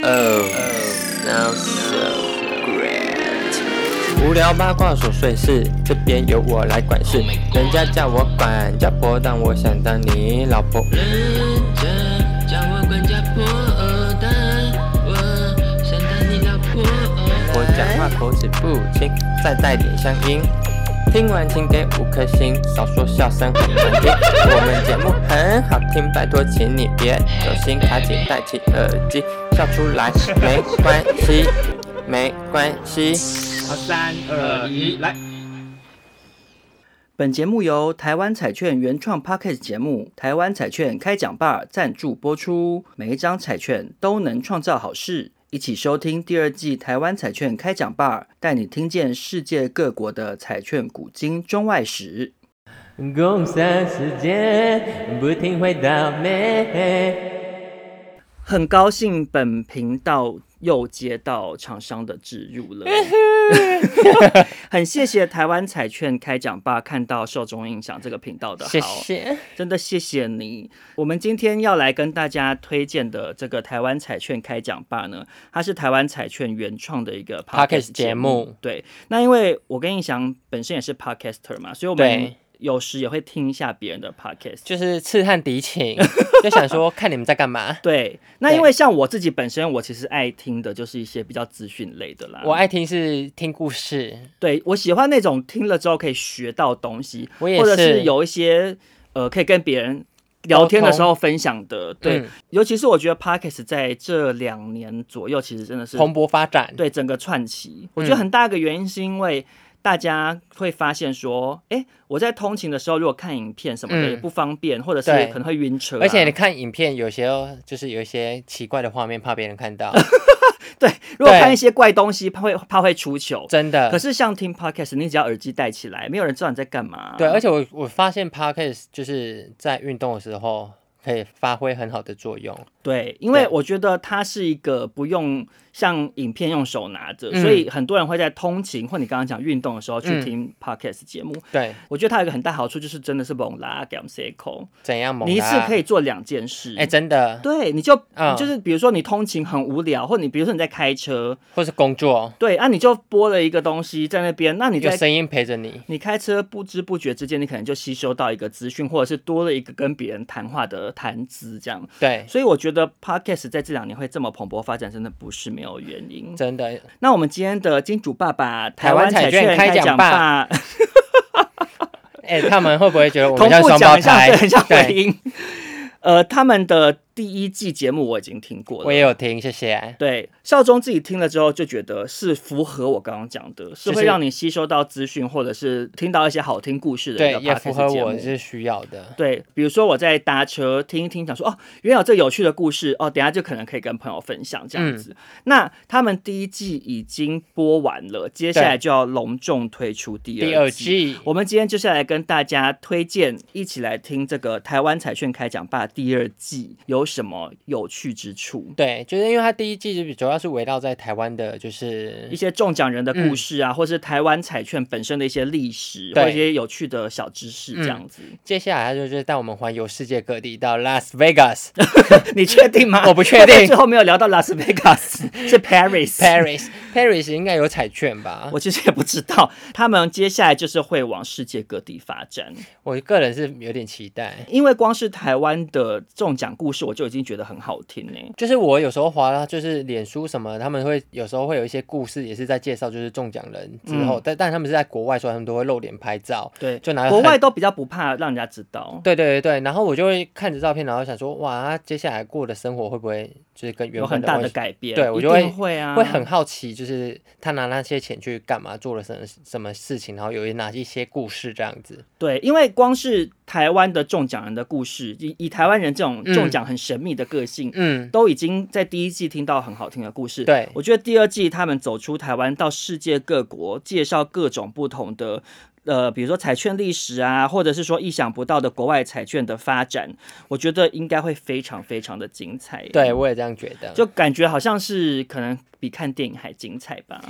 Oh, sounds so great。无聊八卦琐碎事，这边由我来管事。人家叫我管家婆，但我想当你老婆。人家叫我管家婆，但我想当你老婆。我讲话口齿不清，再带点乡音。听完请给5颗星，少说笑声很难听。我们节目很好听，拜托请你别走心，卡紧戴起耳机，笑出来没关系，没关系。 好，3、2、1，来。 本节目由台湾彩券原创 Podcast 节目《台湾彩券开讲吧》赞助播出。每一张彩券都能创造好事。一起收听第2季台湾彩券开讲吧，带你听见世界各国的彩券古今中外史。 共享时间，不停回到美。 很高兴本频道又接到厂商的置入了，很谢谢台湾彩券开讲吧看到受众印象这个频道的好， 谢谢， 真的谢谢你。我们今天要来跟大家推荐的这个台湾彩券开讲吧呢，它是台湾彩券原创的一个 podcast 节目。对，那因为我跟印翔本身也是 podcaster 嘛，所以我们有时也会听一下别人的 podcast， 就是刺探敌情，就想说看你们在干嘛。 对，那因为像我自己本身，我其实爱听的就是一些比较资讯类的啦。 我爱听是听故事， 对，我喜欢那种听了之后可以学到东西， 我也是， 或者是有一些可以跟别人聊天的时候分享的。对，尤其是我觉得 podcast 在这2年左右，其实真的是蓬勃发展， 对整个串起。我觉得很大一个原因是因为大家会发现说，我在通勤的时候如果看影片什么的也不方便，或者是可能会晕车， 而且你看影片有些就是有一些奇怪的画面，怕别人看到。 对，如果看一些怪东西，怕会出糗， 真的。 可是像听 podcast， 你只要耳机戴起来，没有人知道你在干嘛。 对，而且我发现 podcast 就是在运动的时候可以发挥很好的作用。 对，因为我觉得它是一个不用像影片用手拿着，所以很多人会在通勤或你刚刚讲运动的时候去听 podcast 节目。 对， 我觉得它有一个很大好处，就是真的是猛拉 gam cycle。 怎样猛拉？ 你一次可以做2件事。 真的。 对，你就是比如说你通勤很无聊，或你比如说你在开车， 或是工作， 对啊，你就播了一个东西在那边，那你有声音陪着你。你开车不知不觉之间，你可能就吸收到一个资讯，或者是多了一个跟别人谈话的谈资，这样。 对， 所以我觉得 podcast 在这2年会这么蓬勃发展，真的不是没有原因。 真的。 那我们今天的金主爸爸台湾彩券开讲吧，他们会不会觉得我们像双胞胎？ 很像回音。他们的第1季节目我已经听过了， 我也有听，谢谢。 对，少中自己听了之后就觉得是符合我刚刚讲的，是会让你吸收到资讯，或者是听到一些好听故事的一个 podcast 节目。对， 也符合我是需要的。 对，比如说我在搭车听一听，想说原来有这有趣的故事等一下就可能可以跟朋友分享这样子。那他们第1季已经播完了，接下来就要隆重推出第2季。我们今天就是来跟大家推荐，一起来听这个台湾彩券开讲吧第2季有什么有趣之处。 对，就是因为它第1季主要是围绕在台湾的就是一些中奖人的故事啊，或是台湾彩券本身的一些历史，或一些有趣的小知识这样子。 接下来它就是带我们环游世界各地，到 Las Vegas。 你确定吗？ 我不确定， 最后没有聊到 Las Vegas， 是 Paris 应该有彩券吧？ 我其实也不知道。他们接下来就是会往世界各地发展， 我个人是有点期待， 因为光是台湾的中奖故事我就已经觉得很好听呢。 就是我有时候滑就是脸书什么，他们会有时候会有一些故事也是在介绍就是中奖人之后，但他们是在国外，所以他们都会露脸拍照。 对， 就拿国外都比较不怕让人家知道。 对，然后我就会看着照片，然后想说哇，他接下来过的生活会不会就是跟原本的有很大的改变？ 对，我就会很好奇，就是他拿那些钱去干嘛，做了什么事情，然后有哪一些故事这样子。 对，因为光是台湾的中奖人的故事，以台湾人这种中奖很神秘的个性，都已经在第1季听到很好听的故事。 对， 我觉得第2季他们走出台湾，到世界各国介绍各种不同的比如说彩券历史啊，或者是说意想不到的国外彩券的发展，我觉得应该会非常非常的精彩。 对，我也这样觉得， 就感觉好像是可能比看电影还精彩吧。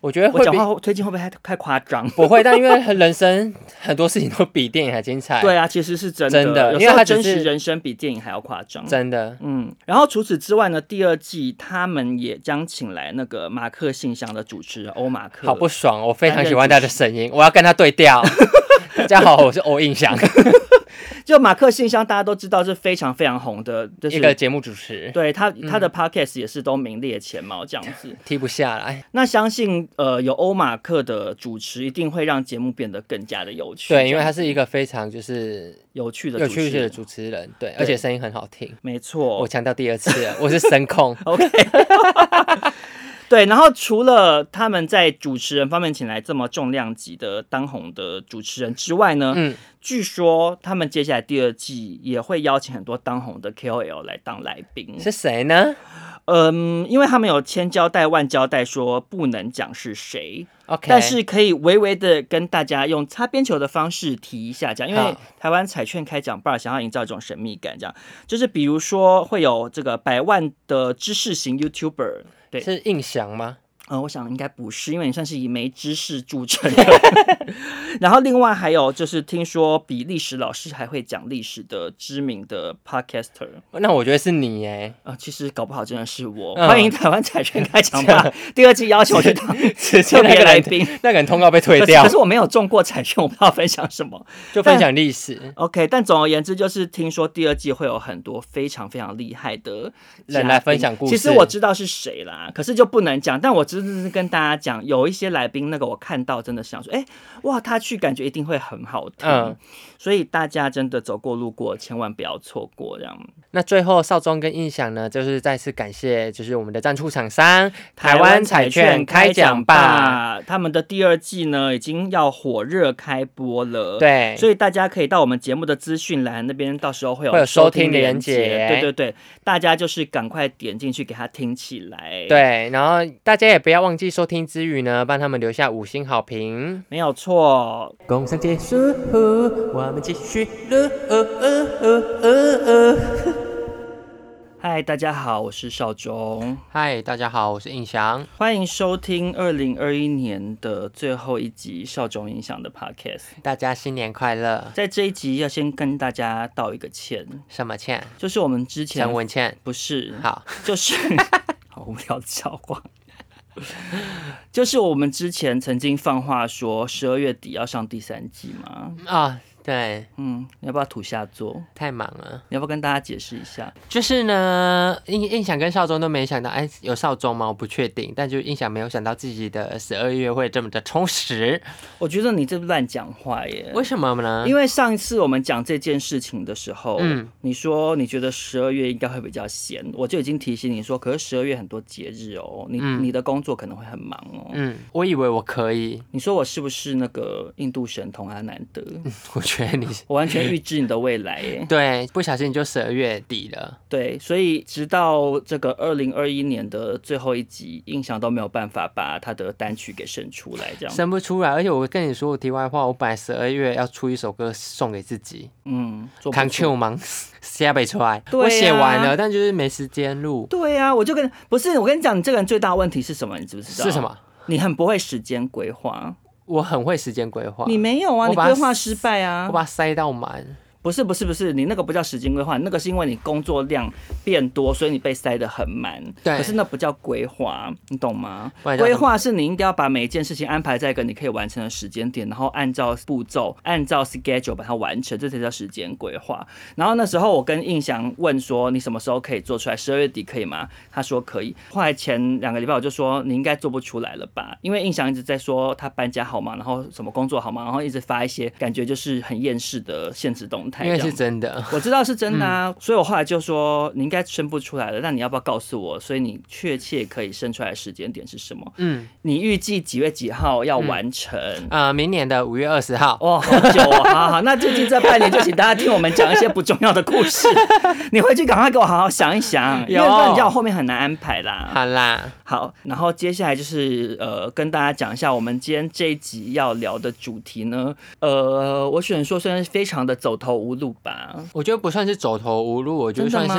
我觉得会我讲话推进会不会太夸张？ 不会，但因为人生很多事情都比电影还精彩。 对啊，其实是真的， 有时候真实人生比电影还要夸张。 真的， 然后除此之外呢，第2季他们也将请来那个马克信箱的主持人欧马克。 好不爽，我非常喜欢他的声音，我要跟他对调。大家好，我是欧印象。 就马克信箱大家都知道是非常非常红的，就是一个节目主持。 对他的 podcast 也是都名列前茅这样子， 踢不下来。 那相信有欧马克的主持，一定会让节目变得更加的有趣。 对，因为他是一个非常就是有趣的主持人，对，而且声音很好听。 没错， 我强调第2次了，我是声控。 OK 。对，然后除了他们在主持人方面请来这么重量级的当红的主持人之外呢，据说他们接下来第2季也会邀请很多当红的 KOL 来当来宾。 是谁呢？ 因为他们有千交代万交代说不能讲是谁。 Okay. 但是可以微微的跟大家用擦边球的方式提一下，这样，因为台湾彩券开奖吧想要营造一种神秘感，这样，就是比如说会有这个100万的知识型 YouTuber， 对， 是印象吗？ 我想应该不是，因为你算是以没知识著称的。然后另外还有就是听说比历史老师还会讲历史的知名的 podcaster， 那我觉得是你耶。 其实搞不好真的是我。欢迎台湾彩券开奖吧第2季邀请我去当特别来宾， 那个人通告被退掉。 可是我没有中过彩券，我不知道分享什么， 就分享历史。 OK， 但总而言之就是听说第2季会有很多非常非常厉害的人来分享故事。 其实我知道是谁啦，可是就不能讲。但我只是跟大家讲，有一些来宾那个我看到真的想说，哇，他去感觉一定会很好听。所以大家真的走过路过，千万不要错过这样。 那最后少中跟印象呢，就是再次感谢，就是我们的赞助厂商台湾彩券开奖吧， 他们的第2季呢已经要火热开播了。 对， 所以大家可以到我们节目的资讯栏那边，到时候会有收听连结。 对对对，大家就是赶快点进去给他听起来。 对，然后大家也不要忘记收听之余呢，帮他们留下5星好评。 没有错。 工商结束，我们继续了。 嗨，大家好，我是少中。 嗨，大家好，我是印翔。 欢迎收听2021年的最后一集少中印翔的 podcast。 大家新年快乐！ 在这一集要先跟大家道一个歉。 什么歉？ 就是我们之前陈文茜。 不是， 好， 就是好无聊的笑话。就是我们之前曾经放话说12月底要上第3季嘛。 对， 你要不要土下座？ 太忙了， 你要不要跟大家解释一下？ 就是呢，印象跟少中都没想到，有少中吗？我不确定，但就印象没有想到自己的12月会这么的充实。 我觉得你这乱讲话耶！ 为什么呢？ 因为上一次我们讲这件事情的时候，你说你觉得12月应该会比较闲，我就已经提醒你说，可是12月很多节日哦，你的工作可能会很忙哦。 我以为我可以。 你说我是不是那个印度神童阿南德？ 我觉得我完全预知你的未来耶。 对，不小心就12月底了。 对，所以直到这个2021年的最后一集，印象都没有办法把他的单曲给生出来，这样生不出来。而且我跟你说，我题外话，我本来12月要出一首歌送给自己，康秋忙写不出来，我写完了，但就是没时间录。 对啊，我跟你讲，你这个人最大的问题是什么？你知不知道？ 是什么？ 你很不会时间规划。 我很会时间规划。你没有啊，你规划失败啊。 我把它塞到满。 不是，你那个不叫时间规划，那个是因为你工作量变多，所以你被塞得很满。 对， 可是那不叫规划，你懂吗？规划是你应该要把每一件事情安排在一个你可以完成的时间点，然后按照步骤、按照 schedule 把它完成，这才叫时间规划。然后那时候我跟印翔问说，你什么时候可以做出来？12月底可以吗？他说可以。后来前2个礼拜我就说你应该做不出来了吧，因为印翔一直在说他搬家好忙，然后什么工作好忙，然后一直发一些感觉就是很厌世的限时动态。 因为是真的， 我知道是真的啊，所以我后来就说你应该生不出来了，那你要不要告诉我？所以你确切可以生出来的时间点是什么？你预计几月几号要完成？ 明年的5月20号。 哦，好久哦，好，那最近这半年就请大家听我们讲一些不重要的故事。你回去赶快给我好好想一想，因为不然你叫我后面很难安排啦。 好啦， 好，然后接下来就是跟大家讲一下我们今天这一集要聊的主题呢。我选说虽然非常的走投无路吧。 我觉得不算是走投无路，我觉得算是就是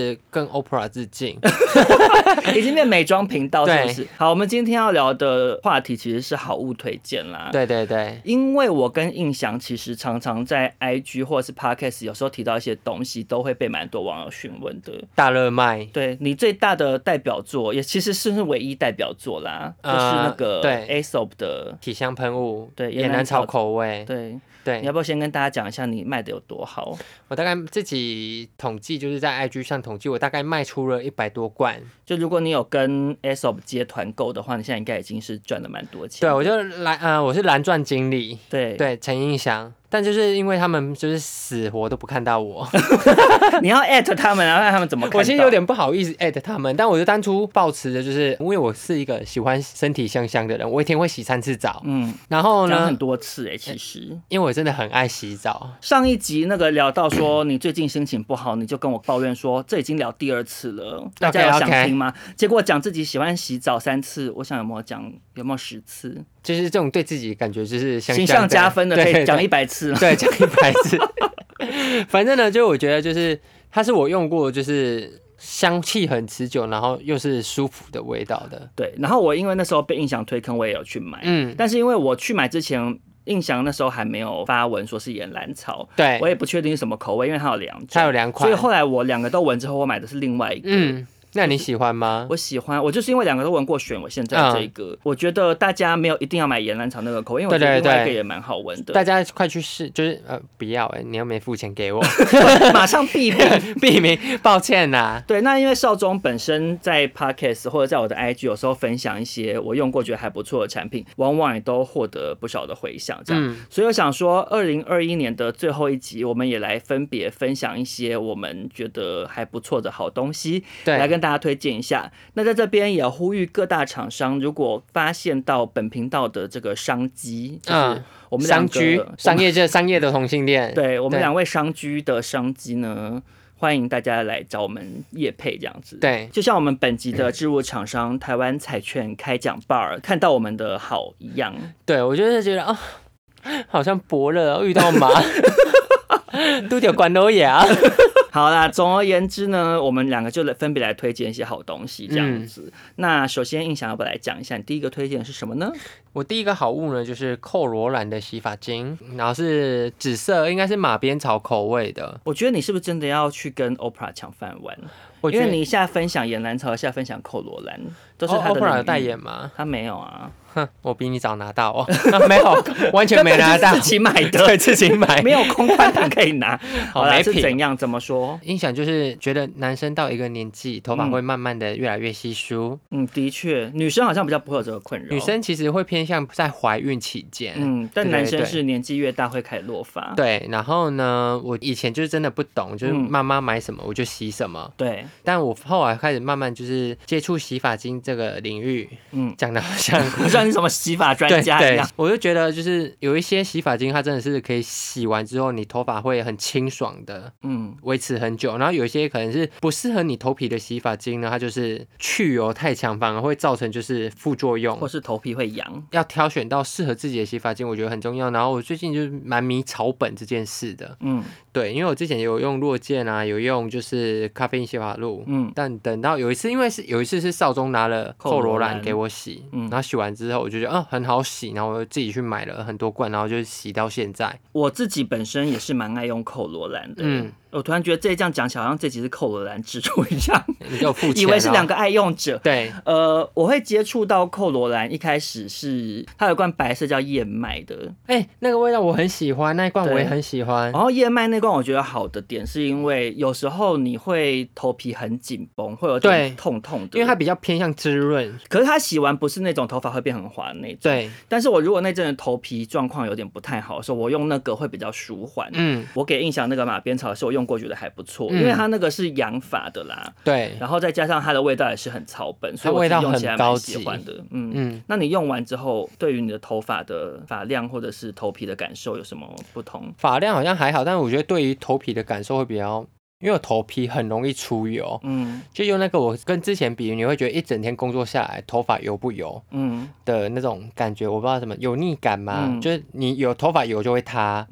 就是跟 Oprah 致敬， 已经变美妆频道是不是？好，我们今天要聊的话题其实是好物推荐啦。 对对对， 因为我跟印翔其实常常在 IG 或者是 Podcast 有时候提到一些东西，都会被蛮多网友询问的。 大热卖， 对你最大的代表作，也其实是唯一代表作啦，就是那个 Aesop 的体香喷雾， 对， 野南草口味， 对。 对， 你要不要先跟大家讲一下你卖的有多好？ 我大概自己统计，就是在 IG 上统计，我大概卖出了100多罐。 就如果你有跟 Aesop 接团购的话，你现在应该已经是赚了蛮多钱。 对，我是蓝钻经理，对，陈印翔。但就是因为他们就是死活都不看到我， 你要 at 他们，然后让他们怎么看到？ 我其实有点不好意思 at 他们，但我就当初抱持的就是，因为我是一个喜欢身体香香的人，我一天会洗3次澡，然后呢， 很多次其实， 因为我真的很爱洗澡。 上一集那个聊到说你最近心情不好，你就跟我抱怨说这已经聊第2次了，大家有想听吗？结果讲自己喜欢洗澡3次，我想有没有10次？ 就是这种对自己感觉就是形象加分的，可以讲100次。 对，讲100次。反正呢，就我觉得就是它是我用过，就是香气很持久，然后又是舒服的味道的。 对，然后我因为那时候被印象推坑，我也有去买。但是因为我去买之前，印象那时候还没有发文说是岩兰草， 对， 我也不确定是什么口味，因为它有2种， 它有2款， 所以后来我2个都闻之后，我买的是另外一个。 那你喜欢吗？ 我喜欢，我就是因为2个都闻过，选我现在这个。我觉得大家没有一定要买岩兰草那个口味，因为我觉得另外一个也蛮好闻的。 大家快去试，就是不要你又没付钱给我， 马上避名，抱歉啦。 对，那因为少中本身在 Podcast 或者在我的 IG 有时候分享一些我用过觉得还不错的产品，往往也都获得不少的回响，这样。所以我想说，2021年的最后一集，我们也来分别分享一些我们觉得还不错的好东西，来跟大家推荐一下。那在这边也呼吁各大厂商，如果发现到本频道的这个商机，就是我们2个商业的同性恋， 对我们2位商居的商机呢，欢迎大家来找我们业配这样子。 对， 就像我们本集的置入厂商台湾彩券开奖 bar 看到我们的好一样。 对，我就是觉得好像伯乐遇到马，都得关到牙。 好啦，总而言之呢，我们2个就分别来推荐一些好东西这样子。那首先印象要不要来讲一下，你第一个推荐的是什么呢？ 我第一个好物呢，就是蔻罗兰的洗发精，然后是紫色，应该是马鞭草口味的。 我觉得你是不是真的要去跟 Oprah 抢饭碗？因为你现在分享岩兰草，现在分享蔻罗兰，都是他的 Oprah 有代言吗？ 他没有啊。 哼，我比你早拿到哦，没有，完全没拿到， 自己买的， 对，自己买， 没有空宽档可以拿。好啦，是怎样？怎么说？ 印象就是觉得男生到一个年纪，头发会慢慢的越来越稀疏。 的确，女生好像比较不会有这个困扰。 女生其实会偏向在怀孕期间， 但男生是年纪越大会开始落发。 对，然后呢，我以前就是真的不懂，就是妈妈买什么我就洗什么。 对， 但我后来开始慢慢就是接触洗发精这个领域，讲的好像你什么洗发专家一样， 我就觉得就是有一些洗发精，它真的是可以洗完之后你头发会很清爽的，维持很久。然后有一些可能是不适合你头皮的洗发精呢，它就是去油太强，反而会造成就是副作用， 或是头皮会痒。 要挑选到适合自己的洗发精，我觉得很重要。然后我最近就是蛮迷草本这件事的，对，因为我之前有用落健啊，有用就是咖啡因洗发露，但等到有一次，因为有一次是少中拿了蔻罗兰给我洗，然后洗完之后我就觉得很好洗，然后我就自己去买了很多罐，然后就洗到现在。我自己本身也是蛮爱用蔻罗兰的，我突然觉得这样讲起来好像这集是蔻罗兰制作一样， 你就付钱， 以为是2个爱用者。 对， 我会接触到蔻罗兰，一开始是它有一罐白色叫燕麦的， 那个味道我很喜欢，那一罐我也很喜欢。 然后燕麦那罐我觉得好的点是因为有时候你会头皮很紧绷，会有点痛痛的， 因为它比较偏向滋润。 可是它洗完不是那种头发会变很滑的那种。 对。 但是我如果那阵的头皮状况有点不太好的时候，我用那个会比较舒缓。我给印象那个马鞭草的时候，我用过觉得还不错，因为它那个是养发的啦。 对。 然后再加上它的味道也是很草本，所以我用起来蛮喜欢的。那你用完之后，对于你的头发的发量或者是头皮的感受有什么不同？ 发量好像还好，但是我觉得对于头皮的感受会比较，因为我头皮很容易出油，就用那个我跟之前比，你会觉得一整天工作下来头发油不油，的那种感觉，我不知道什么油腻感嘛，就是你有头发油就会塌，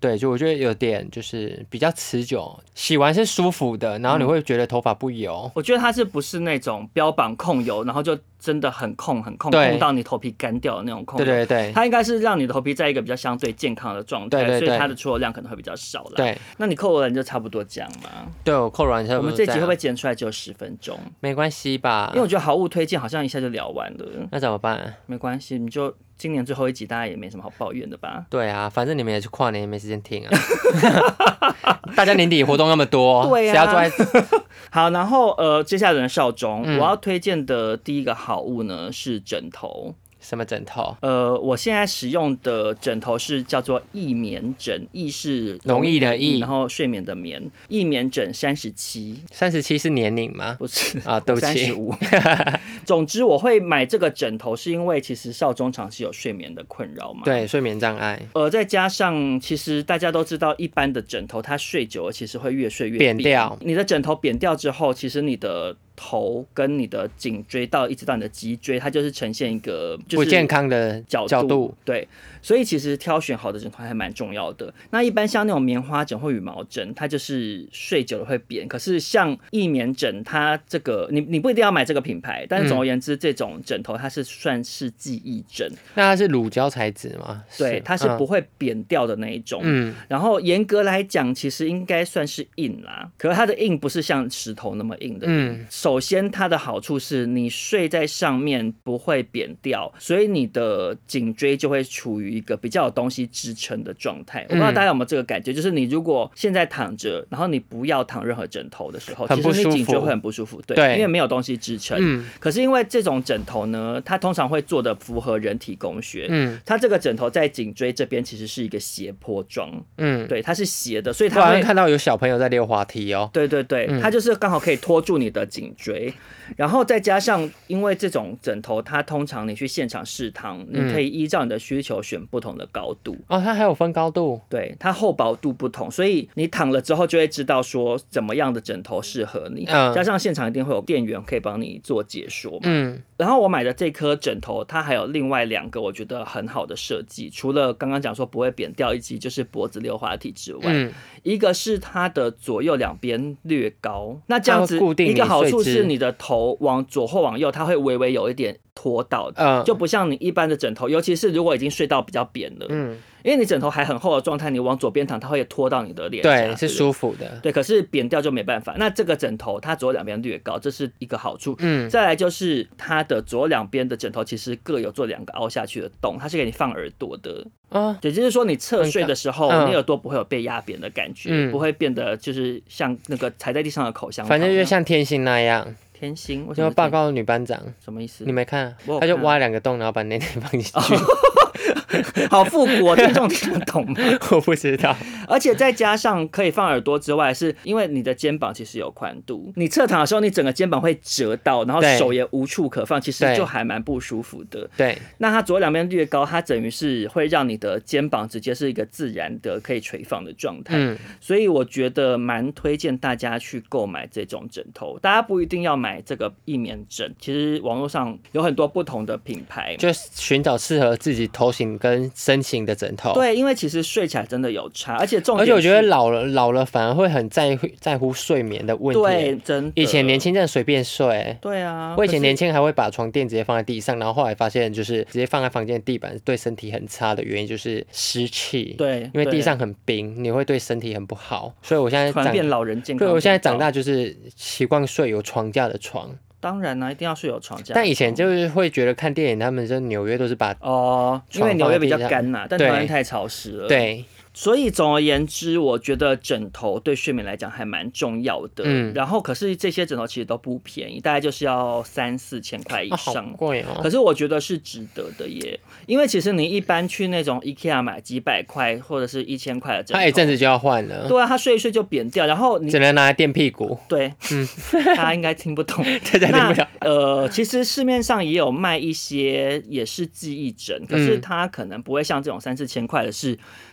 对，就我觉得有点就是比较持久，洗完是舒服的，然后你会觉得头发不油。 我觉得它不是那种标榜控油，然后就真的很控到你头皮干掉的那种控油。 对， 它应该是让你的头皮在一个比较相对健康的状态， 对， 所以它的出油量可能会比较少啦。 对， 那你扣完就差不多这样嘛。 对，我扣完差不多。 我们这集会不会剪出来只有10分钟？ 没关系吧， 因为我觉得好物推荐好像一下就聊完了。 那怎么办？ 没关系，你就今年最后一集，大家也没什么好抱怨的吧？ 对啊，反正你们也是跨年，也没时间听啊。大家年底活动那么多， 对啊， 谁要坐在好，然后接下来轮少中，我要推荐的第一个好物呢是枕头。 什么枕头？ 我现在使用的枕头是叫做易眠枕，易是容易的易， 然后睡眠的眠，易眠枕37 是年龄吗？ 不是啊，对不起 ，35。总之，我会买这个枕头，是因为其实少中长期有睡眠的困扰嘛。 对，睡眠障碍。 再加上其实大家都知道，一般的枕头它睡久了，其实会越睡越扁掉。 你的枕头扁掉之后，其实你的头跟你的颈椎一直到你的脊椎，它就是呈现一个不健康的角度。 对，所以其实挑选好的枕头还蛮重要的。那一般像那种棉花枕或羽毛枕，它就是睡久了会扁。可是像易眠枕，它这个你不一定要买这个品牌，但是总而言之，这种枕头它是算是记忆枕。 那它是乳胶材质吗？ 对，它是不会扁掉的那一种。然后严格来讲，其实应该算是硬啦。可是它的硬不是像石头那么硬的。首先，它的好处是你睡在上面不会扁掉，所以你的颈椎就会处于一个比较有东西支撑的状态。我不知道大家有没有这个感觉，就是你如果现在躺着，然后你不要躺任何枕头的时候，其实你颈椎会很不舒服，对，因为没有东西支撑。可是因为这种枕头呢，它通常会做的符合人体工学。它这个枕头在颈椎这边其实是一个斜坡状。对，它是斜的，所以它会看到有小朋友在溜滑梯哦。 对，它就是刚好可以拖住你的颈椎。然后再加上，因为这种枕头，它通常你去现场试躺，你可以依照你的需求选不同的高度。 哦，它还有分高度？ 对，它厚薄度不同，所以你躺了之后就会知道说怎么样的枕头适合你。加上现场一定会有店员可以帮你做解说嘛。然后我买的这颗枕头，它还有另外2个我觉得很好的设计，除了刚刚讲说不会扁掉，以及就是脖子溜滑梯之外，一个是它的左右两边略高，那这样子一个好处是你的头往左或往右，它会微微有一点拖到的，就不像你一般的枕头，尤其是如果已经睡到比较扁了，因为你枕头还很厚的状态，你往左边躺，它会拖到你的脸颊， 对，是舒服的。 对，可是扁掉就没办法。那这个枕头它左右两边略高，这是一个好处。再来就是它的左右两边的枕头其实各有做2个凹下去的洞，它是给你放耳朵的。也就是说你侧睡的时候，你耳朵不会有被压扁的感觉，不会变得就是像那个踩在地上的口香糖， 反正就像天星那样。 天星， 就报告女班长， 什么意思？ 你没看？他就挖2个洞，然后把内内放进去。 好复古，听众听得懂吗？ 我不知道。 而且再加上可以放耳朵之外，是因为你的肩膀其实有宽度，你侧躺的时候，你整个肩膀会折到，然后手也无处可放，其实就还蛮不舒服的。 对。 那它左右两边略高，它等于是会让你的肩膀直接是一个自然的可以垂放的状态。所以我觉得蛮推荐大家去购买这种枕头。大家不一定要买这个易眠枕，其实网络上有很多不同的品牌， 就寻找适合自己头型跟身形的枕头。 对，因为其实睡起来真的有差，而且我觉得老了反而会很在乎睡眠的问题。 对，真的。 以前年轻真的随便睡。 对啊， 我以前年轻还会把床垫直接放在地上，然后后来发现就是直接放在房间的地板对身体很差的原因就是湿气。 对， 因为地上很冰，你会对身体很不好。所以我现在突然变老人健康。 对，我现在长大就是习惯睡有床架的床。 当然啦，一定要睡有床架。 但以前就是会觉得看电影，他们说纽约都是把因为纽约比较干呐，但台湾太潮湿了。 对。 所以总而言之，我觉得枕头对睡眠来讲还蛮重要的。然后可是这些枕头其实都不便宜，大概就是要3-4千块以上。 好贵哦。 可是我觉得是值得的耶，因为其实你一般去那种 IKEA 买几百块或者是1000块的枕头， 它一阵子就要换了。 对啊，它睡一睡就扁掉，然后你只能拿来垫屁股。 对，大家应该听不懂。 大家听不了。 其实市面上也有卖一些也是记忆枕，可是它可能不会像这种3-4千块的是。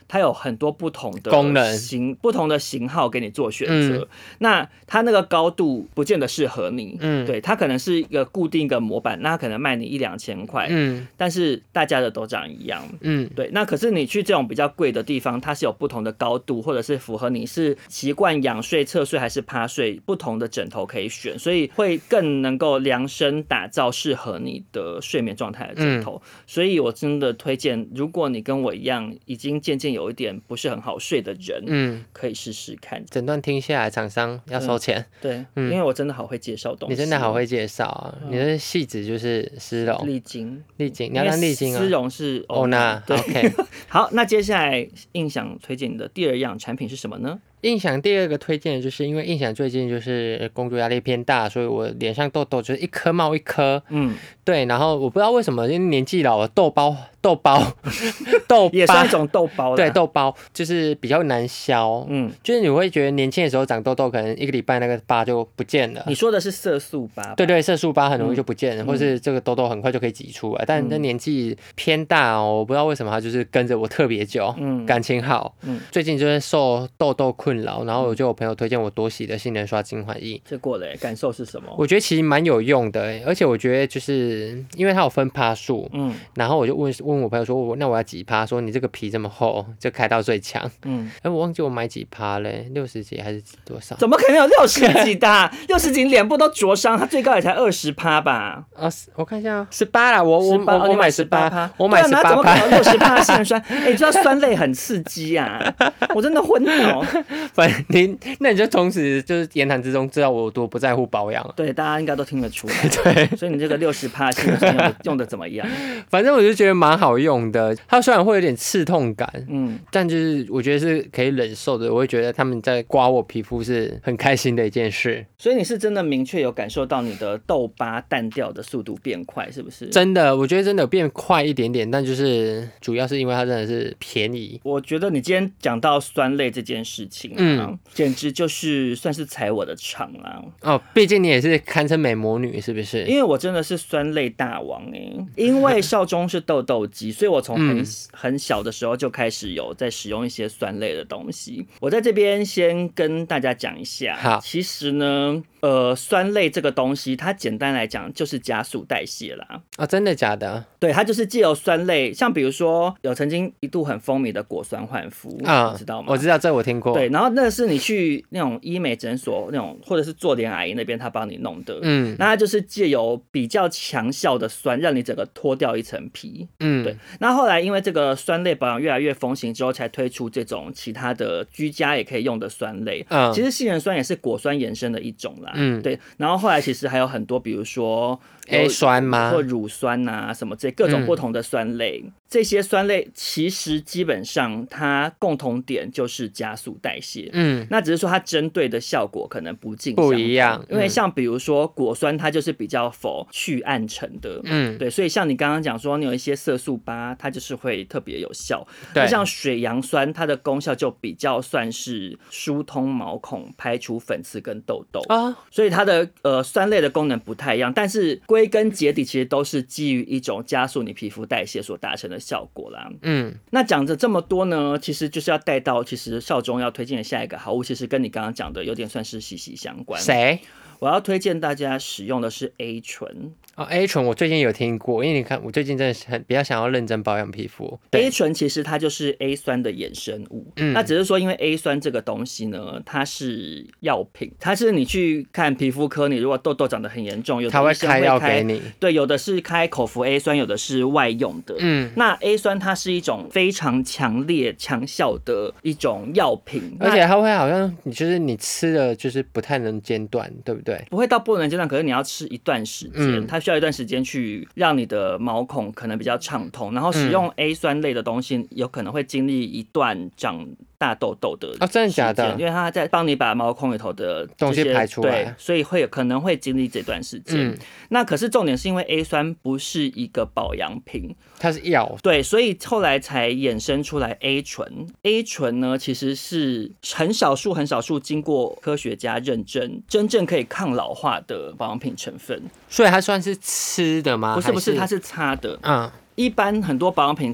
它有很多不同的功能、 不同的型号给你做选择。那它那个高度不见得适合你，对，它可能是一个固定的模板，那它可能卖你1-2千块，但是大家的都长一样，对。那可是你去这种比较贵的地方，它是有不同的高度，或者是符合你是习惯仰睡、侧睡还是趴睡，不同的枕头可以选，所以会更能够量身打造适合你的睡眠状态的枕头。所以我真的推荐，如果你跟我一样已经渐渐有一点不是很好睡的人，可以试试看。 整段听下来，厂商要收钱。 对，因为我真的好会介绍东西。 你真的好会介绍啊！你的戏子就是丝绒、 丽晶， 你要当丽晶啊？ 丝绒是欧娜。 对 OK 好，那接下来印象推荐你的第2样产品是什么呢？ 印象第2个推荐的就是因为印象最近就是工作压力偏大，所以我脸上痘痘就是一颗冒一颗，对，然后我不知道为什么，因为年纪老了，痘包也算一种痘包， 对，痘包就是比较难消，就是你会觉得年轻的时候长痘痘，可能1个礼拜那个疤就不见了。 你说的是色素疤？ 对，色素疤很容易就不见了，或是这个痘痘很快就可以挤出来，但你的年纪偏大哦，我不知道为什么它就是跟着我特别久，感情好，最近就是受痘痘困扰，然后我就有朋友推荐我多喜的杏仁刷精华液， 这过了感受是什么？ 我觉得其实蛮有用的，而且我觉得就是因为它有分趴数，然后我就问我朋友说，那我要几趴？说你这个皮这么厚，就开到最强。我忘记我买几趴嘞，60几还是多少？ 怎么可能有60几的？60几脸部都灼伤，它最高也才20%吧？ 我看一下，18啦，我买18%，我买18%， 怎么可能有60%杏仁酸？你知道酸类很刺激啊，我真的昏倒。 反正那你就从此就是言谈之中知道我多不在乎保养了。 对，大家应该都听得出来。 对， 所以你这个60%杏仁酸用的怎么样？ 反正我就觉得蛮好用的，它虽然会有点刺痛感，但就是我觉得是可以忍受的。我会觉得他们在刮我皮肤是很开心的一件事。 所以你是真的明确有感受到你的痘疤淡掉的速度变快，是不是？ 真的，我觉得真的有变快一点点，但就是主要是因为它真的是便宜。 我觉得你今天讲到酸类这件事情，简直就是算是踩我的场啦。 毕竟你也是堪称美魔女，是不是？ 因为我真的是酸类大王因为少中是痘痘肌，所以我从很小的时候就开始有在使用一些酸类的东西。我在这边先跟大家讲一下， 好， 其实呢，酸类这个东西，它简单来讲就是加速代谢啦。 真的假的？ 对，它就是藉由酸类，像比如说有曾经一度很风靡的果酸焕肤，你知道吗？ 我知道，这我听过。 对，然后那是你去那种医美诊所那种，或者是做脸阿姨那边，他帮你弄的。那它就是借由比较强效的酸，让你整个脱掉一层皮。对。那后来因为这个酸类保养越来越风行之后，才推出这种其他的居家也可以用的酸类。其实杏仁酸也是果酸延伸的一种啦。对。然后后来其实还有很多，比如说 A 酸吗？ 或乳酸啊什么这各种不同的酸类。这些酸类其实基本上它共同点就是加速代谢，那只是说它针对的效果可能不尽相同，不一样。因为像比如说果酸，它就是比较否去暗沉的，对，所以像你刚刚讲说你有一些色素疤，它就是会特别有效。那像水杨酸，它的功效就比较算是疏通毛孔、排除粉刺跟痘痘所以它的酸类的功能不太一样，但是归根结底其实都是基于一种加速你皮肤代谢所达成的效果啦。那讲着这么多呢，其实就是要带到其实少中要推荐的下一个好物，其实跟你刚刚讲的有点算是息息相关。 谁？ 我要推荐大家使用的是 A 醇。 A 醇我最近有听过，因为你看我最近真的是比较想要认真保养皮肤。 A 醇其实它就是 A 酸的衍生物，那只是说因为 A 酸这个东西呢，它是药品，它是你去看皮肤科，你如果痘痘长得很严重，有的他会开药给你， 对，有的是开口服 A 酸，有的是外用的。那 A 酸它是一种非常强烈强效的一种药品， 而且它会好像就是你吃了就是不太能间断，对不对？ 不会到不能间断，可是你要吃一段时间，它需要一段时间去让你的毛孔可能比较畅通，然后使用 A 酸类的东西，有可能会经历一段长大痘痘的真的假的？ 因为它在帮你把毛孔里头的东西排出来， 对，所以可能会经历这段时间。那可是重点是因为 A 酸不是一个保养品， 它是药， 对，所以后来才衍生出来 A 醇。A 醇呢，其实是很少数经过科学家认证，真正可以抗老化的保养品成分。 所以它算是吃的吗？ 不是，它是擦的。 嗯。 一般很多保养品它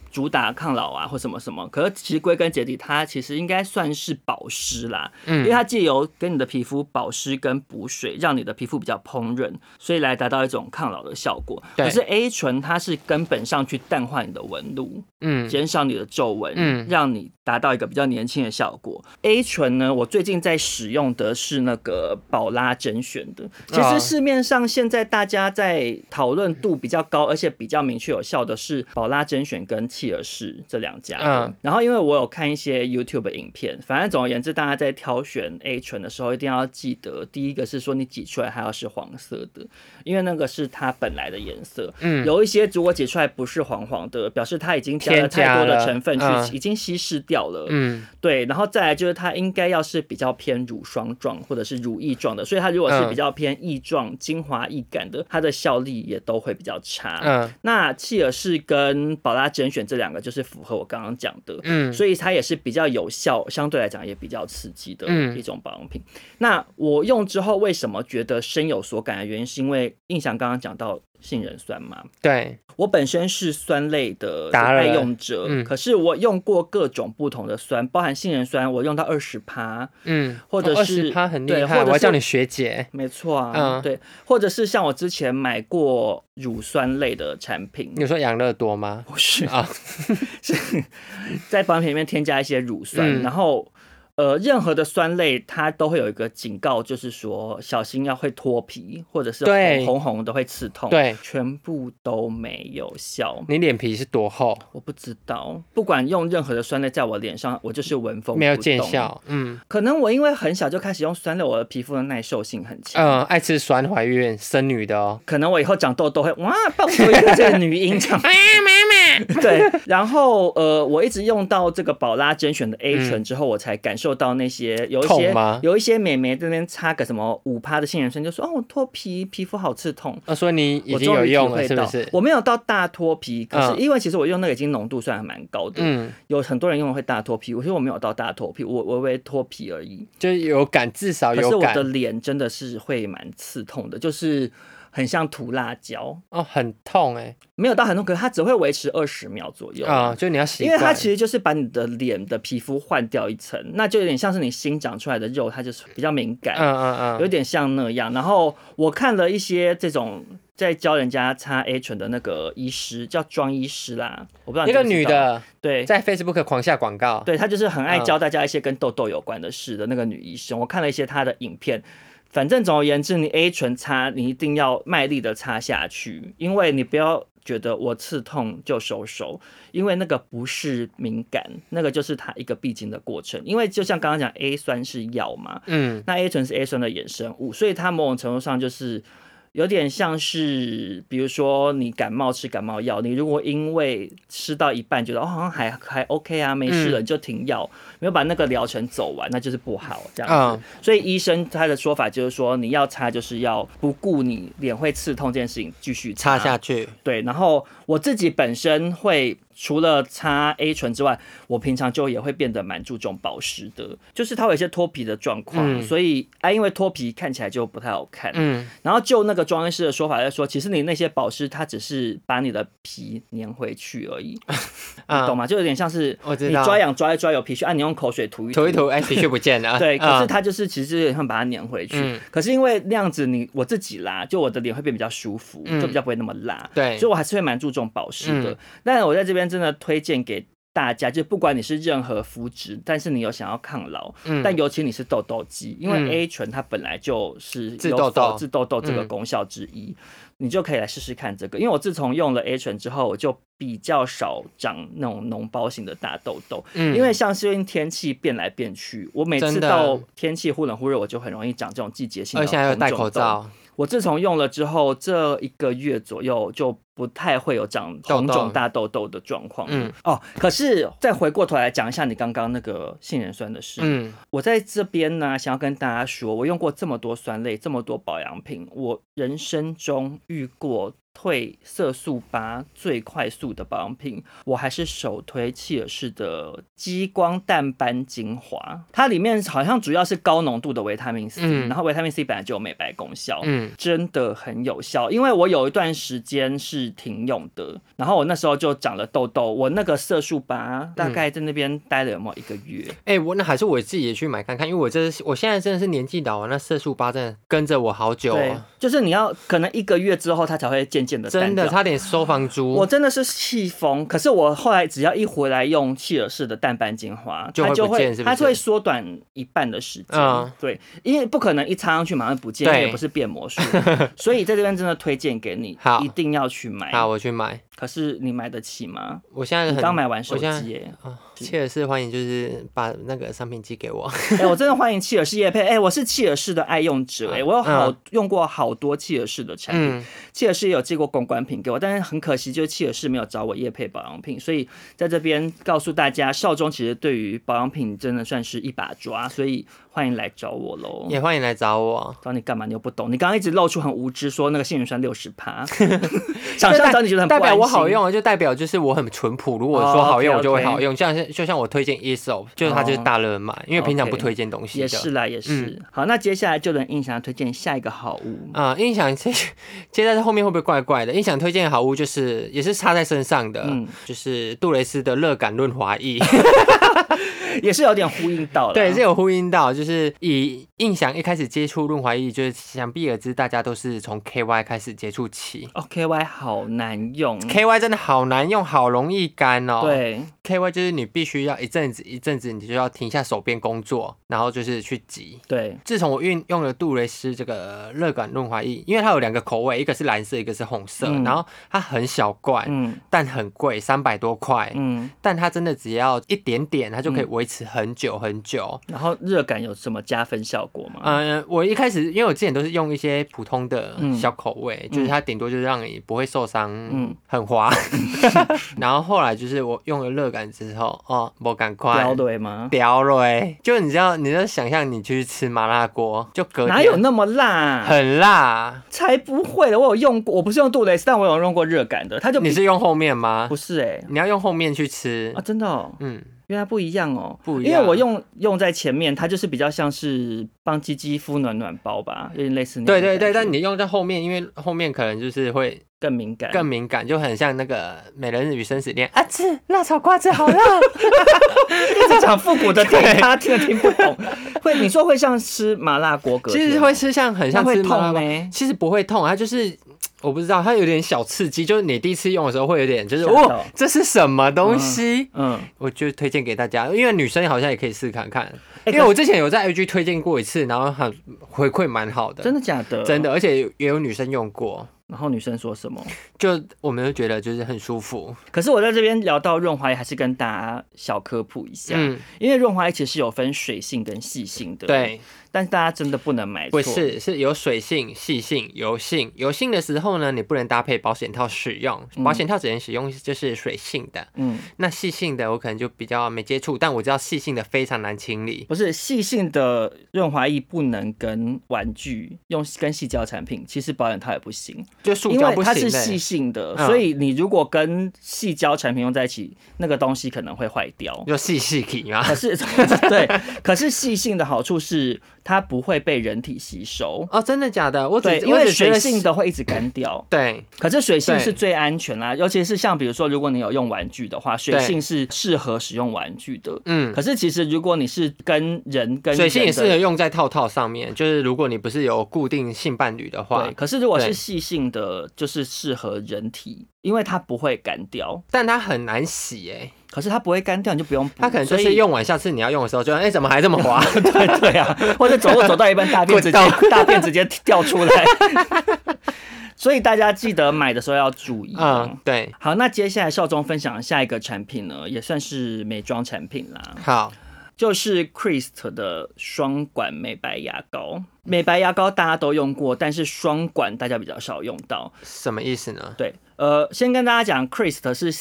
主打抗老啊或什么什么，可是其实归根结底，它其实应该算是保湿啦，因为它借由跟你的皮肤保湿跟补水，让你的皮肤比较烹饪，所以来达到一种抗老的效果。可是 A 醇它是根本上去淡化你的纹路，减少你的皱纹，让你达到一个比较年轻的效果。A 醇呢，我最近在使用的是那个宝拉甄选的。其实市面上现在大家在讨论度比较高，而且比较明确有效的是宝拉甄选跟契尔氏这2家。然后因为我有看一些 YouTube 影片，反正总而言之，大家在挑选 A 醇的时候，一定要记得，第一个是说你挤出来还要是黄色的，因为那个是它本来的颜色。有一些如果挤出来不是黄黄的，表示它已经加了太多的成分去，已经稀释掉了。对，然后再来就是它应该要是比较偏乳霜状或者是乳液状的，所以它如果是比较偏液状、精华液感的，它的效力也都会比较差。那契尔氏跟宝拉甄选这2个就是符合我刚刚讲的，所以它也是比较有效，相对来讲也比较刺激的一种保养品。那我用之后为什么觉得深有所感的原因，是因为印象刚刚讲到杏仁酸嘛， 对， 我本身是酸类的爱用者，可是我用过各种不同的酸，包含杏仁酸，我用到20%，或者是 20%很厉害，我要叫你学姐， 没错啊，对，或者是像我之前买过乳酸类的产品， 你说养乐多吗？ 不是啊，是在保养品里面添加一些乳酸，然后。任何的酸类它都会有一个警告，就是说小心要会脱皮，或者是红红的会刺痛。对，全部都没有效。 你脸皮是多厚？ 我不知道，不管用任何的酸类在我脸上，我就是纹风不动， 没有见效。 可能我因为很小就开始用酸类，我的皮肤的耐受性很强。 爱吃酸怀孕生女的哦。 可能我以后长痘痘会哇爆出一个这个女音这样。对，然后我一直用到这个宝拉甄选的 A 醇之后，我才感受到那些有一些美眉在那边擦个什么5%的杏仁酸，就说哦我脱皮肤好刺痛。 说你已经有用了是不是？ 我没有到大脱皮，可是因为其实我用那个已经浓度算还蛮高的，有很多人用的会大脱皮，我说我没有到大脱皮，我微微脱皮而已， 就有感，至少有感。可是我的脸真的是会蛮刺痛的，就是很像涂辣椒很痛没有到很痛，可是它只会维持20秒左右就你要习惯， 因为它其实就是把你的脸的皮肤换掉一层，那就有点像是你新长出来的肉，它就是比较敏感，有点像那样。然后我看了一些这种在教人家擦 A 醇的那个医师，叫庄医师啦，我不知道你知不知道， 一个女的， 对， 在 Facebook 狂下广告， 对，她就是很爱教大家一些跟痘痘有关的事的那个女医生。我看了一些她的影片。反正总而言之，你 A 醇擦，你一定要卖力的擦下去，因为你不要觉得我刺痛就收手，因为那个不是敏感，那个就是它一个必经的过程。因为就像刚刚讲 A 酸是药嘛，那 A 醇是 A 酸的衍生物，所以它某种程度上就是有点像是，比如说你感冒吃感冒药，你如果因为吃到一半觉得好像还 OK 啊，没事了，你就停药，没有把那个疗程走完，那就是不好这样子。所以医生他的说法就是说，你要擦就是要不顾你脸会刺痛这件事情继续擦下去。对， 然后我自己本身会。除了擦 A 醇之外，我平常就也会变得蛮注重保湿的，就是它有一些脱皮的状况，所以因为脱皮看起来就不太好看。然后就那个庄医师的说法来说，其实你那些保湿它只是把你的皮粘回去而已，你懂吗？就有点像是你抓痒抓一抓有皮屑，你用口水涂一涂， 皮屑不见了。 对，可是它就是其实有点像把它粘回去。可是因为那样子我自己啦，就我的脸会变比较舒服，就比较不会那么辣。对，所以我还是会蛮注重保湿的。但我在这边真的推荐给大家，就不管你是任何肤质，但是你有想要抗老，但尤其你是痘痘肌，因为 A 醇它本来就是有治痘痘这个功效之一，你就可以来试试看这个。因为我自从用了 A 醇之后，我就比较少长那种脓包型的大痘痘，因为像是因为天气变来变去，我每次到天气忽冷忽热，我就很容易长这种季节性的红肿痘。而且还有戴口罩。我自从用了之后，这1个月左右就不太会有长红肿大痘痘的状况。可是再回过头来讲一下你刚刚那个杏仁酸的事。我在这边呢，想要跟大家说，我用过这么多酸类，这么多保养品，我人生中遇过退色素8最快速的保养品，我还是首推契尔氏的激光淡斑精华。它里面好像主要是高浓度的维他命 C，然后维他命 C 本来就有美白功效，真的很有效。因为我有一段时间是是挺勇的。然后我那时候就长了痘痘，我那个色素疤大概在那边待了有没有1个月？ 那还是我自己也去买看看，因为我现在真的是年纪老了，那色素疤真的跟着我好久对，就是你要可能1个月之后它才会渐渐的淡掉， 真的差点收房租。 我真的是气疯，可是我后来只要一回来用契尔氏的淡斑精华，它就会它就会缩短1半的时间。对，因为不可能一擦上去马上不见，也不是变魔术，所以在这边真的推荐给你，一定要去买。 好，我去买。 可是你买得起吗？ 我现在你刚买完手机耶。 契尔氏欢迎，就是把那个商品寄给我。 我真的欢迎契尔氏业配。我是契尔氏的爱用者。我有用过好多契尔氏的产品。契尔氏也有寄过公关品给我，但是很可惜，就是契尔氏没有找我业配保养品，所以在这边告诉大家，少中其实对于保养品真的算是一把抓，所以欢迎来找我喽。 也欢迎来找我。 找你干嘛？你又不懂。你刚刚一直露出很无知，说那个杏仁酸60%，厂商找你觉得很不安心， 代表我好用，就代表就是我很淳朴。如果说好用，我就会好用。就像我推荐 Aesop， 就是它就是大热卖，因为平常不推荐东西的。 也是啦，也是。好，那接下来就能印象推荐下一个好物印象接在后面会不会怪怪的？印象推荐的好物就是也是擦在身上的，就是杜蕾斯的热感润滑液。 也是有点呼应到了， 对，是有呼应到，就是以印象一开始接触润滑液，就是想必而知，大家都是从 KY 开始接触起。 KY 好难用 ，KY 真的好难用，好容易干哦。 对 ，KY 就是你必须要一阵子，你就要停下手边工作，然后就是去挤。 对， 自从我用了杜蕾斯这个热感润滑液，因为它有2个口味，一个是蓝色，一个是红色，然后它很小罐，但很贵，300多块，但它真的只要一点点，它就可以维持很久很久。 然后热感有什么加分效果吗？ 我一开始因为我之前都是用一些普通的小口味，就是它顶多就是让你不会受伤，很滑。然后后来就是我用了热感之后，没赶快掉了吗？ 掉了，就你就想象你去吃麻辣锅，就隔天哪有那么辣？ 很辣， 才不会的。我有用过，我不是用杜蕾斯，但我有用过热感的。 你是用后面吗？ 不是你要用后面去吃啊，真的原来不一样不一样。 因为我用在前面，它就是比较像是帮鸡鸡敷暖包吧，有点类似那种。 对，但你用在后面，因为后面可能就是会更敏感， 就很像那个美人鱼生死恋啊，吃辣炒瓜子好辣， 一直讲复古的电影，大家听不懂。你说会像吃麻辣锅隔天， 其实会吃很像吃麻辣锅，其实不会痛，它就是我不知道，它有点小刺激，就是你第一次用的时候会有点就是这是什么东西？我就推荐给大家，因为女生好像也可以试看看。因为我之前有在 IG 推荐过一次，然后很回馈蛮好的。 真的假的？ 真的，而且也有女生用过。 然后女生说什么？ 就我们就觉得就是很舒服。 可是我在这边聊到润滑液，还是跟大家小科普一下，因为润滑液其实有分水性跟细性的。 对。 但是大家真的不能买错， 不是有水性、细性、油性。油性的时候呢，你不能搭配保险套使用，保险套只能使用就是水性的。那细性的我可能就比较没接触，但我知道细性的非常难清理。 不是细性的润滑液不能跟玩具跟矽胶产品，其实保险套也不行， 就塑胶不行， 因为它是细性的，所以你如果跟矽胶产品用在一起，那个东西可能会坏掉， 就细体嘛。 可是对，可是细性的好处是它不会被人体吸收。 真的假的？ 因为水性的会一直干掉。 对， 可是水性是最安全啦，尤其是像比如说，如果你有用玩具的话，水性是适合使用玩具的。可是其实如果你是跟人水性也适合用在套上面，就是如果你不是有固定性伴侣的话。 对，可是如果是细性的，就是适合人体，因为它不会干掉， 但它很难洗可是它不会干掉，你就不用补。 它可能就是用完，下次你要用的时候就怎么还这么滑？ 对啊，或者走到一半大便直接掉出来。所以大家记得买的时候要注意。 对。 好，那接下来少中分享的下一个产品呢，也算是美妆产品啦。 好， 就是 Crest 的双管美白牙膏。美白牙膏大家都用过，但是双管大家比较少用到。 什么意思呢？ 对，先跟大家讲 ，Crest 是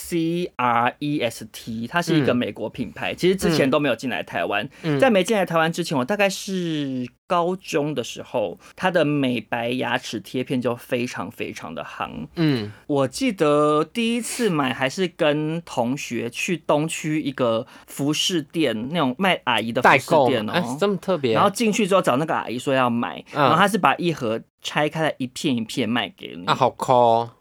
CREST， 它是一个美国品牌，其实之前都没有进来台湾。在没进来台湾之前，我大概是高中的时候，它的美白牙齿贴片就非常非常的夯。我记得第一次买还是跟同学去东区一个服饰店，那种卖阿姨的服饰店这么特别。 然后进去之后找那个阿姨说要买，然后他是把一盒拆开来一片一片卖给你。 好抠。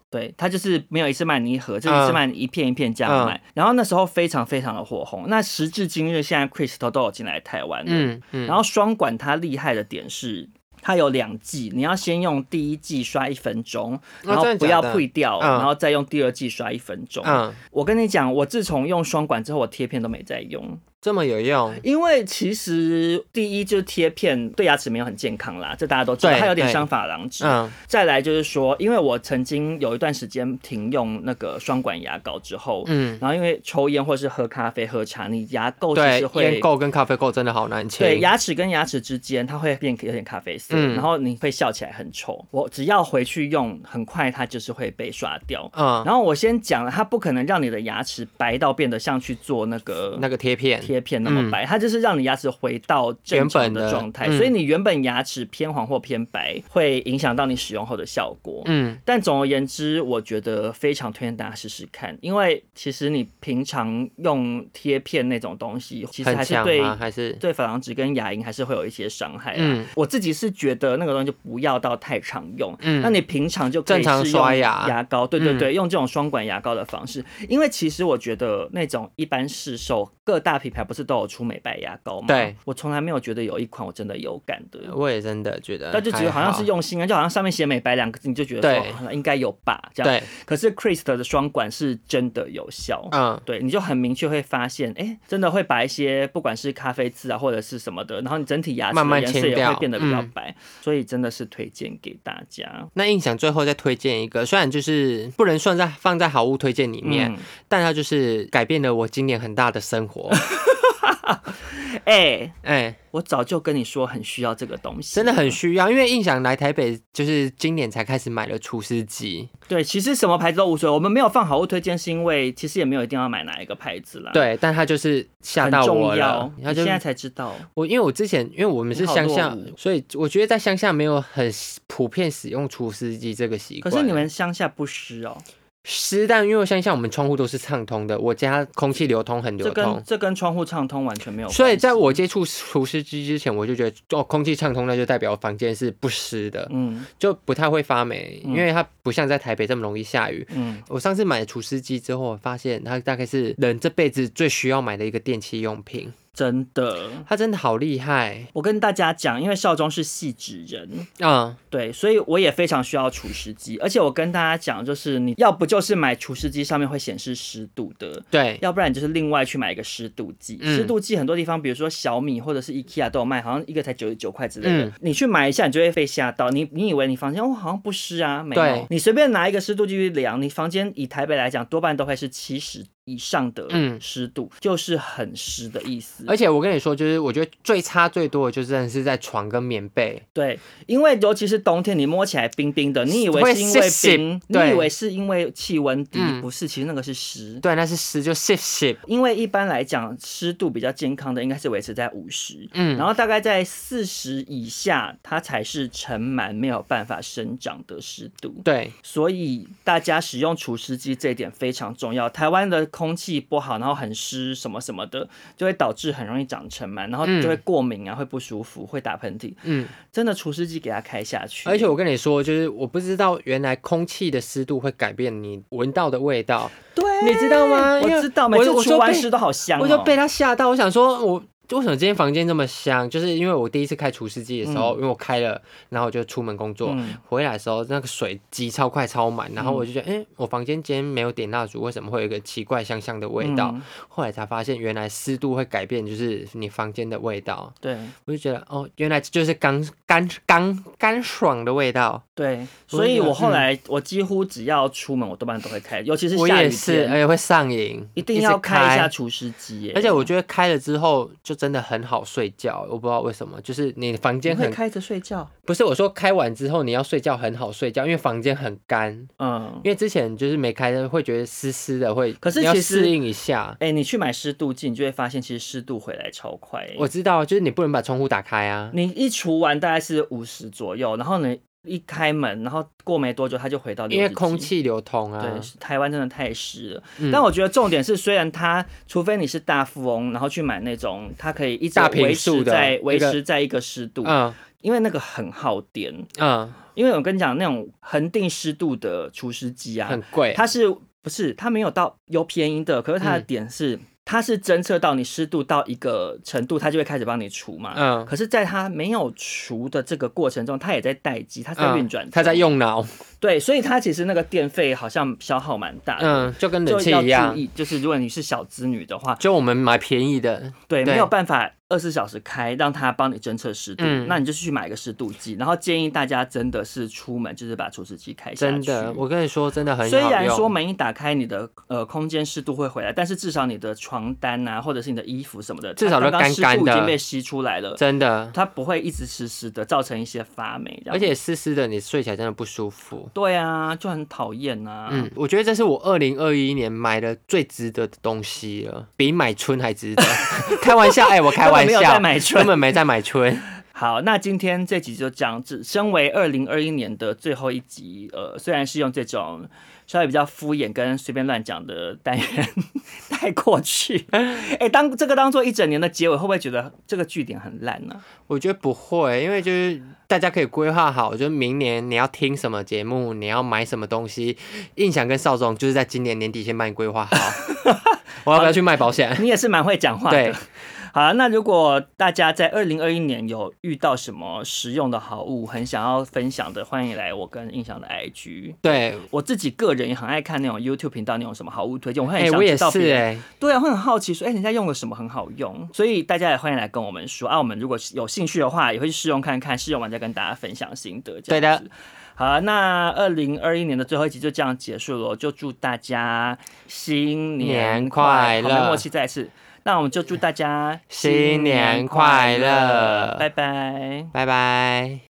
对，它就是没有一次卖你一盒，就一次卖你一片一片这样卖。然后那时候非常非常的火红。那时至今日，现在 Crystal 都有进来台湾了。然后双管它厉害的点是，它有2剂，你要先用第一剂刷1分钟，然后不要退掉，然后再用第2剂刷1分钟。我跟你讲，我自从用双管之后，我贴片都没再用。 这么有用？因为其实第一就是贴片对牙齿没有很健康啦，这大家都知道，它有点伤珐琅质。再来就是说，因为我曾经有一段时间停用那个双管牙膏之后，然后因为抽烟或是喝咖啡、喝茶，你牙垢其实会烟垢跟咖啡垢真的好难清。 对，牙齿跟牙齿之间它会变有点咖啡色，然后你会笑起来很丑。我只要回去用，很快它就是会被刷掉。然后我先讲了，它不可能让你的牙齿白到变得像去做那个贴片那么白，它就是让你牙齿回到正常的状态，所以你原本牙齿偏黄或偏白，会影响到你使用后的效果。但总而言之，我觉得非常推荐大家试试看，因为其实你平常用贴片那种东西，其实还是对珐琅质跟牙龈还是会有一些伤害。我自己是觉得那个东西就不要到太常用，那你平常就可以正常刷牙膏，对，用这种双管牙膏的方式，因为其实我觉得那种一般市售各大品牌不是都有出美白牙膏吗？ 对， 我从来没有觉得有一款我真的有感的。 我也真的觉得， 但就觉得好像是用心啊，就好像上面写美白2个字，你就觉得说应该有吧，这样。对。可是 Crystal 的双管是真的有效，对，你就很明确会发现，真的会把一些不管是咖啡渍啊或者是什么的，然后你整体牙齿的颜色也会变得比较白，所以真的是推荐给大家。 那印象最后再推荐一个，虽然就是不能放在好物推荐里面，但它就是改变了我今年很大的生活。 我早就跟你说很需要这个东西， 真的很需要，因为印象来台北就是今年才开始买了除湿机。 对，其实什么牌子都无所谓，我们没有放好物推荐是因为其实也没有一定要买哪一个牌子啦。 对，但它就是吓到我了， 你现在才知道。 因为我之前因为我们是乡下，所以我觉得在乡下没有很普遍使用除湿机这个习惯。 可是你们乡下不湿哦？ 湿，但因为像我们窗户都是畅通的，我家空气流通很流通， 这跟窗户畅通完全没有关系。 所以在我接触除湿机之前，我就觉得空气畅通，那就代表房间是不湿的，就不太会发霉，因为它不像在台北这么容易下雨。我上次买除湿机之后，我发现它大概是人这辈子最需要买的一个电器用品。 真的， 他真的好厉害。 我跟大家讲，因为少中是细纸人对，所以我也非常需要除湿机。而且我跟大家讲，就是你要不就是买除湿机上面会显示湿度的， 对， 要不然你就是另外去买一个湿度计。湿度计很多地方，比如说小米或者是 IKEA 都有卖，好像一个才99块之类的。你去买一下，你就会被吓到。你以为你房间好像不湿啊，没有。你随便拿一个湿度计去量，你房间以台北来讲，多半都会是70以上的湿度，就是很湿的意思。 而且我跟你说，就是我觉得最差最多的就真的是在床跟棉被。 对，因为尤其是冬天，你摸起来冰冰的，你以为是因为冰，你以为是因为气温低，不是，其实那个是湿。 对，那是湿，就湿。 因为一般来讲，湿度比较健康的应该是维持在50，然后大概在40以下，它才是尘螨没有办法生长的湿度。 对， 所以大家使用除湿机这一点非常重要。台湾的空气不好，然后很湿什么什么的，就会导致很容易长尘螨，然后就会过敏啊，会不舒服，会打喷嚏。真的除湿机给它开下去。 而且我跟你说，就是我不知道原来空气的湿度会改变你闻到的味道。 对， 你知道吗？ 我知道，每次除完湿都好香。 我就被它吓到，我想说为什么今天房间这么香？就是因为我第一次开除湿机的时候，因为我开了，然后我就出门工作，回来的时候那个水积超快超满，然后我就觉得，我房间今天没有点蜡烛，为什么会有一个奇怪香香的味道？后来才发现，原来湿度会改变，就是你房间的味道。 对， 我就觉得原来就是干爽的味道。 对，所以我后来我几乎只要出门，我多半都会开，尤其是下雨天， 我也是，而且会上瘾， 一定要开一下除湿机。 而且我觉得开了之后就真的很好睡觉，我不知道为什么，就是你房间你会开着睡觉？ 不是，我说开完之后你要睡觉很好睡觉，因为房间很干。因为之前就是没开的会觉得湿湿的，可是你要适应一下。 你去买湿度计，你就会发现其实湿度回来超快。 我知道，就是你不能把窗户打开啊。 你一除完大概是50左右，然后呢一开门，然后过没多久它就回到60几， 因为空气流通啊。 对，台湾真的太湿了。但我觉得重点是，虽然它除非你是大富翁，然后去买那种它可以一直维持在一个湿度，因为那个很耗电。因为我跟你讲，那种恒定湿度的除湿机啊， 很贵。 它没有到有便宜的，可是它的点是。它是侦测到你湿度到一个程度，它就会开始帮你除嘛。可是在它没有除的这个过程中，它也在待机，它在运转， 它在用脑。 对，所以它其实那个电费好像消耗蛮大的。 就跟冷气一样。 就是如果你是小资女的话， 就我们买便宜的， 对，没有办法24小时开，让它帮你侦测湿度，那你就去买一个湿度计。然后建议大家真的是出门就是把除湿机开下去。 真的，我跟你说，真的很好用。 虽然说门一打开，你的空间湿度会回来，但是至少你的床单啊，或者是你的衣服什么的， 至少都干干的， 湿度已经被吸出来了。 真的， 它不会一直湿湿的，造成一些发霉。 而且湿湿的，你睡起来真的不舒服。 对啊，就很讨厌啊。 我觉得这是我2021年买的最值得的东西了，比买春还值得。开玩笑，我开玩笑，根本没在买春。 好，那今天这集就讲，身为2021年的最后一集，虽然是用这种稍微比较敷衍跟随便乱讲的单元带过去，当这个当做一整年的结尾，会不会觉得这个句点很烂呢？ 我觉得不会，因为就是大家可以规划好，就是明年你要听什么节目，你要买什么东西。印象跟少总就是在今年年底先帮你规划好。我要不要去卖保险？ 你也是蛮会讲话的。对。好，那如果大家在2021年有遇到什么实用的好物，很想要分享的，欢迎来我跟印象的 IG。对，我自己个人也很爱看那种 YouTube 频道那种什么好物推荐，我很想知道别人。我也是对啊，会很好奇说，人家用了什么很好用，所以大家也欢迎来跟我们说啊。我们如果有兴趣的话，也会去试用看看，试用完再跟大家分享心得。对的。好，那2021年的最后一集就这样结束了，就祝大家新年快乐！好，没默契，再一次。那我们就祝大家新年快乐， 拜拜， 拜拜。